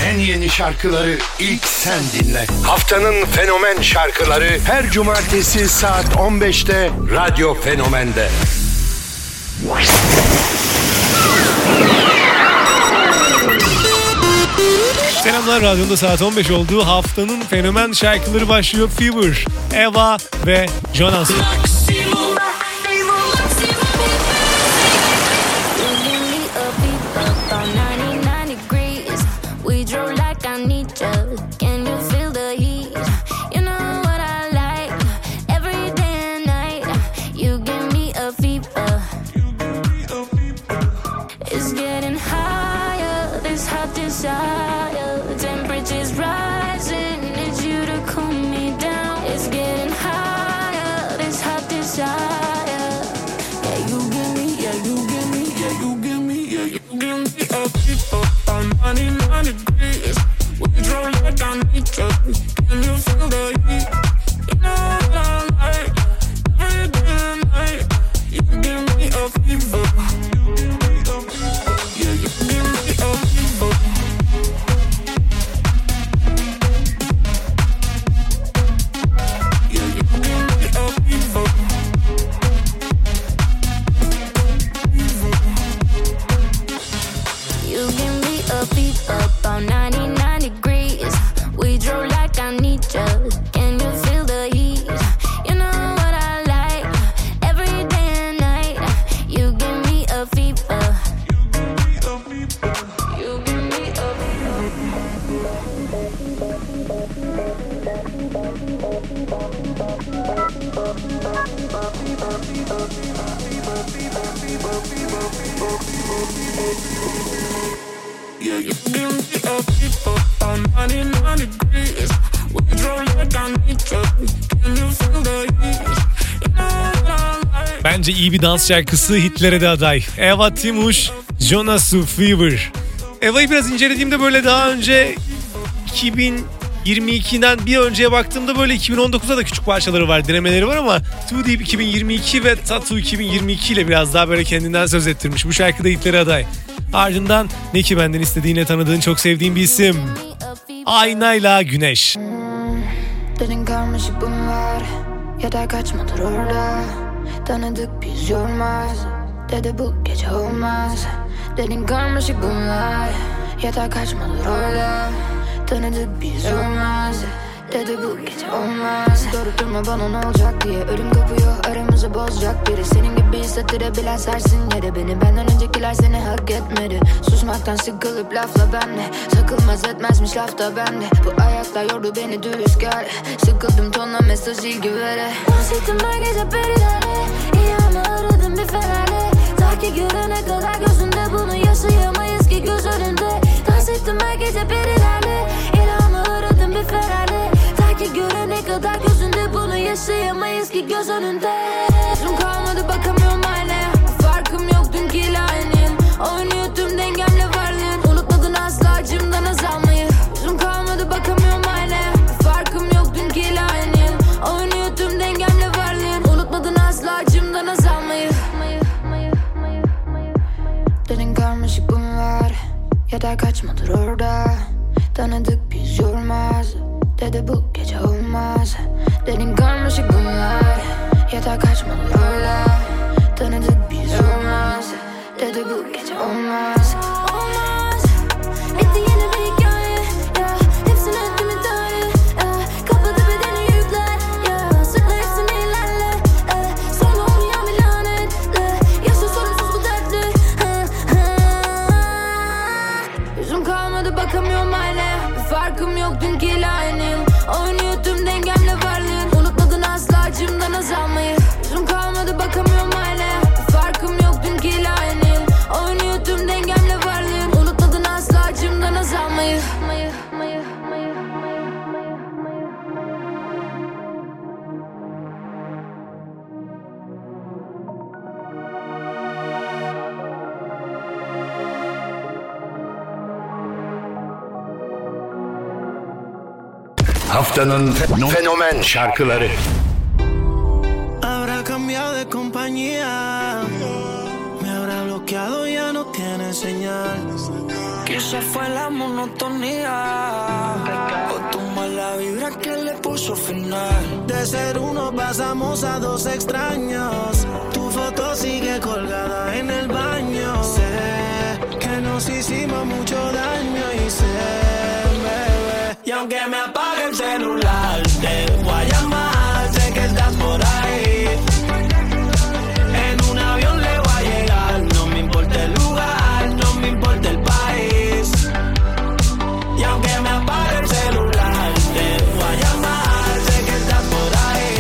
en yeni şarkıları ilk sen dinle. Haftanın fenomen şarkıları her cumartesi saat 15'te Radyo Fenomen'de. Selamlar, radyoda saat 15 olduğu haftanın fenomen şarkıları başlıyor. Fever, Eva ve Jonas. Bence iyi bir dans şarkısı, hitlere de aday. Eva Timuş, Jonas Fever. Eva'yı biraz incelediğimde böyle daha önce 2022'den bir önceye baktığımda böyle 2019'da da küçük parçaları var, denemeleri var ama Too Deep 2022 ve Tattoo 2022 ile biraz daha böyle kendinden söz ettirmiş. Bu şarkıda hitlere aday. Ardından Ne Ki Benden İstediğine tanıdığın, çok sevdiğim bir isim. Aynayla Güneş. Derin karmaşık bunlar ya da kaçmadır orada. Tanıdık biz yormaz dedi bu gece olmaz. Derin karmaşık bunlar ya da kaçmadır orada. Tanıdık biz olmaz dedi bu gece olmaz. Doğru durma bana ne olacak diye, ölüm kopuyor aramızı bozacak biri. Senin gibi hissettirebilen sersin yere beni. Benden öncekiler seni hak etmedi. Susmaktan sıkılıp lafla benle takılmaz etmezmiş lafta bende. Bu ayaklar yordu beni dürüst gel. Sıkıldım tonla mesaj ilgi vere. Dans ettim her gece perilere, iyi ama aradım bir fenerle. Ta ki görene kadar gözünde bunu yaşayamayız ki göz önünde. Dans ettim her gece perilerle, ilhamı aradım bir fenerle. Ta ki görene kadar gözünde bunu yaşayamayız ki göz önünde. Gözüm kalmadı bakamıyorum aynaya, farkım yok dünkü layenin. Oynuyor tüm dengemle varlığın, unutmadın asla acımdan azalmayı. Gözüm kalmadı bakamıyorum aynaya, farkım yok dünkü layenin. Oynuyor tüm dengemle varlığın, unutmadın asla acımdan azalmayı. Derin karmaşık bunlar ya da kaçmadır orada. Tanıdık biz yormaz dedi bu gece olmaz. Derin karmaşık bunlar ya da kaçmadır orada. Tanıdık biz yormaz dedi bu gece olmaz. Olmaz. Bitti yeni bir hikaye ya. Hepsini ettim idare ya. Kapadı bedeni yükler ya. Sıkla hepsini ilerle sonra olmayan bir lanetle. Yaşa sorunsuz bu dertli. Yüzüm kalmadı bakamıyorum aynaya, farkım yok dünkü layenin. Oynuyor tüm dengemle varlığın, unutmadın asla acımdan azalmayı. Yüzüm kalmadı bakamıyorum aynaya, farkım yok dünkü layenin. Oynuyor tüm dengemle varlığın, unutmadın asla acımdan azalmayı. Haftanın fenomen şarkıları. Habrá cambiado de compañía, me habrá bloqueado, ya no tiene señal. Quizás fue la monotonía o tu mala vibra que le puso final. De ser uno pasamos a dos extraños. Tu foto sigue colgada en el baño. Sé que nos hicimos mucho daño y sé, bebé. Y aunque me apague el celular, te voy a llamar. Sé que estás por ahí. En un avión le voy a llegar. No me importa el lugar, no me importa el país. Y aunque me apague el celular, te voy a llamar. Sé que estás por ahí.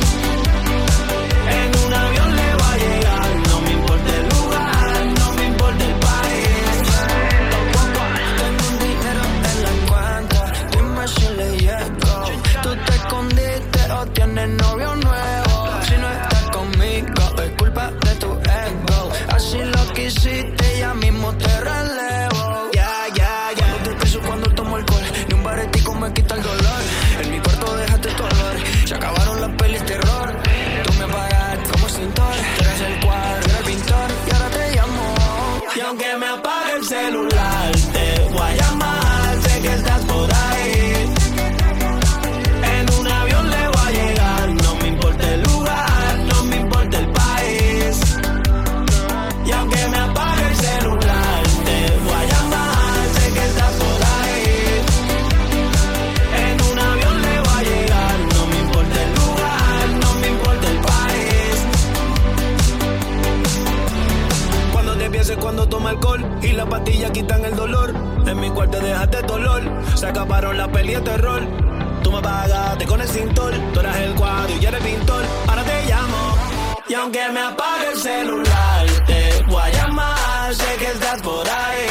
En un avión le voy a llegar. No me importa el lugar, no me importa el país. Tengo un dinero en la cuenta, dime si le llego. Tú te escondiste o tienes novio nuevo. Si no estás conmigo es culpa de tu ego. Así lo quisiste, ya mismo te relevo. No te pienso cuando tomo alcohol, ni un baretico me quita el dolor. En mi cuarto dejaste tu olor, se acabaron las pelis terror. Tú me apagas como extintor, tú eres el cuadro, era el pintor y ahora te llamo. Y aunque me apague el celular, te voy a llamar. Sé que estás por ahí. En un avión le voy a llegar. No me importa el lugar, no me importa el país. Y aunque me apague el celular, te voy a llamar. Sé que estás por ahí. En un avión le voy a llegar. No me importa el lugar, no me importa el país. Cuando te pienses cuando toma alcohol y las pastillas quitan el dolor. En mi cuarto dejaste dolor, se acabaron las pelis de terror. Tú me apagaste con el cintor, tú eras el cuadro y yo era el pintor. Ahora te llamo. Y aunque me apague el celular, te voy a llamar. Sé que estás por ahí.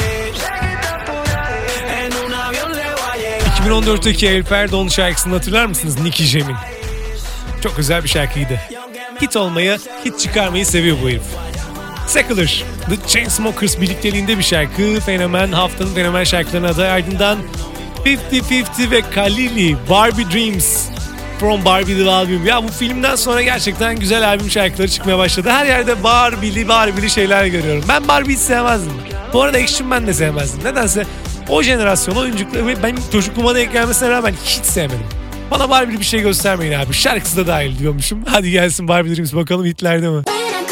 En un avión le voy a llegar. 2014'teki Elif Erdoğan şarkısını hatırlar mısınız? Nicky Jam'in. Çok güzel bir şarkıydı. Hit olmayı, hit çıkarmayı seviyor bu herif. Secular, The Chainsmokers birlikteliğinde bir şarkı. Fenomen, haftanın fenomen şarkılarına aday. Ardından 50-50 ve Kalili, Barbie Dreams from Barbie The Album. Ya bu filmden sonra gerçekten güzel albüm şarkıları çıkmaya başladı. Her yerde Barbie'li şeyler görüyorum. Ben Barbie'yi sevmezdim. Bu arada Action Man de sevmezdim. Nedense o jenerasyon oyuncuları ve benim çocukluğuma denk gelmesine rağmen hiç sevmedim. Bana Barbie'li bir şey göstermeyin abi. Şarkısı da dahil diyormuşum. Hadi gelsin Barbie Dreams, bakalım hitlerde mi?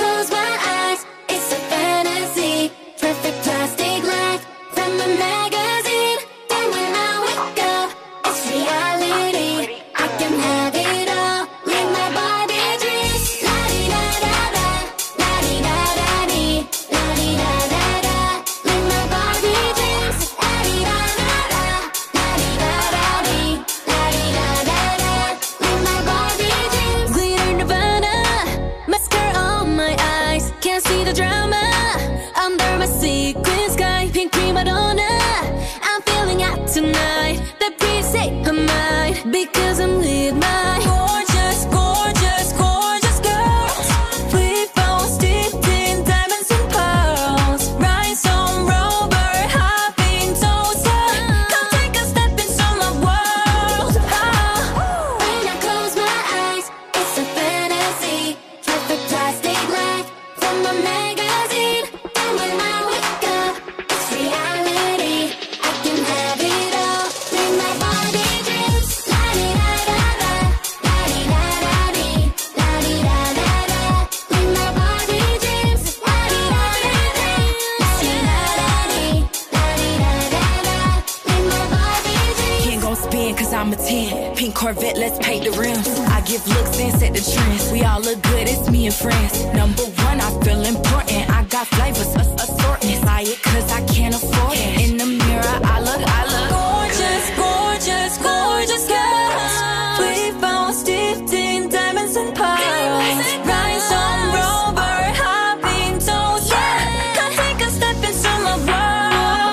I'm a 10. Pink Corvette, let's paint the rims. I give looks and set the trends. We all look good, it's me and friends. Number one, I feel important. I got flavors, assortment. Buy it cause I can't afford it. In the mirror, I look gorgeous, gorgeous, gorgeous girls. We found steeped in diamonds and pearls. Rhinestone rover, hopping toes, yeah. Come take a step into my world.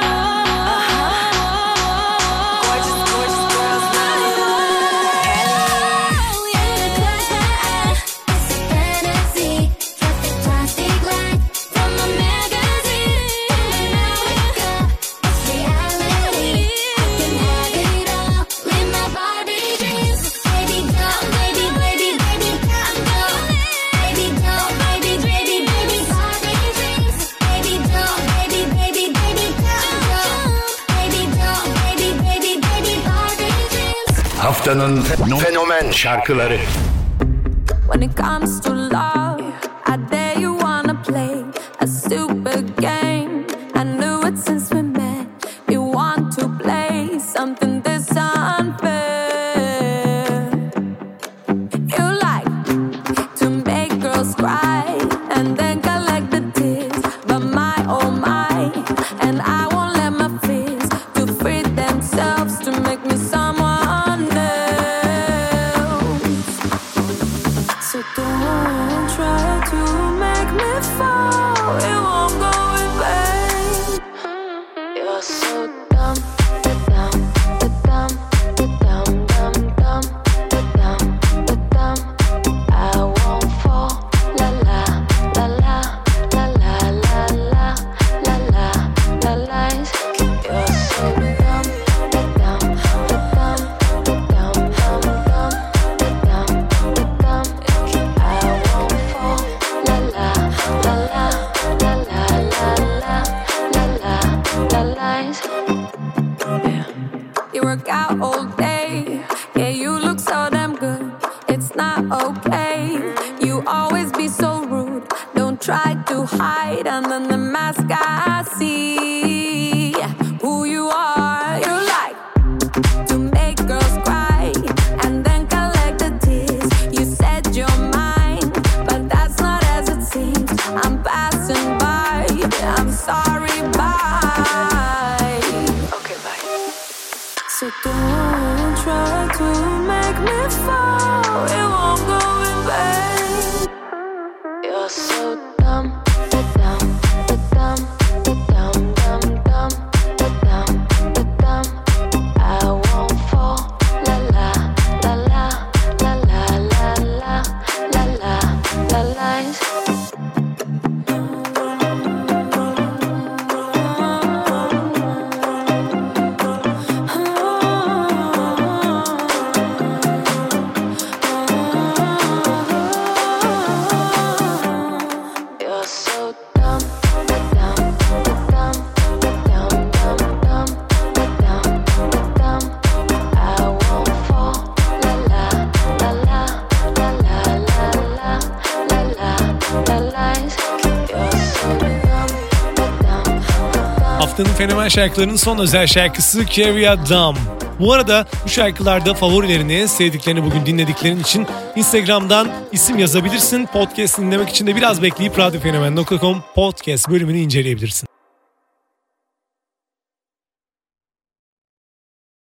Gorgeous, gorgeous girls, It's a fantasy, perfect plastic light from a magazine. When I wake up, it's reality. Haftanın fenomen şarkıları. When it comes to love, I dare you wanna play a stupid game. I knew it since we met. You want to play something this unfair. You like to make girls cry and then collect the tears. But my oh my, and I won't let my fears to free themselves to make me someone else. So don't try to make me fall. It won't go in vain. You're so dumb, dumb, dumb, dumb, dumb, dumb, dumb, dumb. I won't fall. La la la la la la la la la la la lies. You're so dumb, dumb, dumb, dumb, dumb, dumb, dumb, dumb. I won't fall. La la la la la la la la la la lies. Yeah. You work out all day. Yeah, you look so damn good. It's not okay. You always be so rude. Don't try to hide under the mask. I see who you are. You like to make girls cry and then collect the tears. You said you're mine, but that's not as it seems. I'm passing by. I'm sorry, bye. Okay, bye. So don't try to make me fall. It won't go in vain. You're so dumb, dumb, dumb, dumb, dumb, dumb, dumb, dumb. I won't fall. La la la la la la la la la la lies. You're so dumb, dumb, dumb, dumb, dumb, dumb, dumb, dumb. I won't fall. La la la la la la la la la la lies. You're so dumb, dumb, dumb. Haftanın fenomen şarkılarının son özel şarkısı Carry a Dumb. Bu arada bu şarkılarda favorilerini, sevdiklerini bugün dinlediklerin için Instagram'dan isim yazabilirsin. Podcast dinlemek için de biraz bekleyip radyoFenomen.com podcast bölümünü inceleyebilirsin.